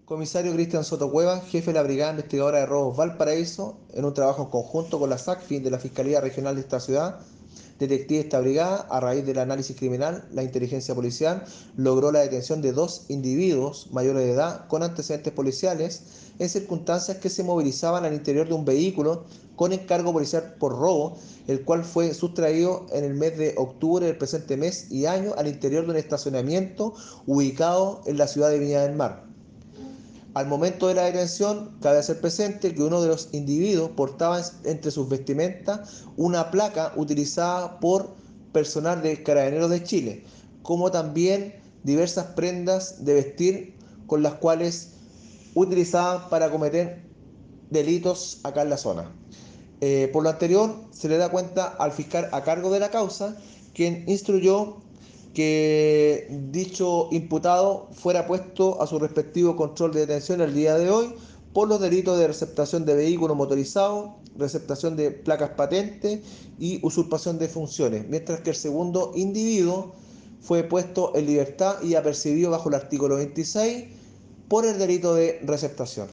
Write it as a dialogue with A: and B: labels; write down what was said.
A: Comisario Cristian Soto Cuevas, jefe de la Brigada Investigadora de Robos Valparaíso, en un trabajo en conjunto con la SACFI de la Fiscalía Regional de esta ciudad, detective de esta brigada, a raíz del análisis criminal, la inteligencia policial logró la detención de dos individuos mayores de edad con antecedentes policiales en circunstancias que se movilizaban al interior de un vehículo con encargo policial por robo, el cual fue sustraído en el mes de octubre del presente mes y año al interior de un estacionamiento ubicado en la ciudad de Viña del Mar. Al momento de la detención, cabe hacer presente que uno de los individuos portaba entre sus vestimentas una placa utilizada por personal de Carabineros de Chile, como también diversas prendas de vestir con las cuales utilizaban para cometer delitos acá en la zona. Por lo anterior, se le da cuenta al fiscal a cargo de la causa, quien instruyó que dicho imputado fuera puesto a su respectivo control de detención el día de hoy por los delitos de receptación de vehículos motorizados, receptación de placas patentes y usurpación de funciones, mientras que el segundo individuo fue puesto en libertad y apercibido bajo el artículo 26 por el delito de receptación.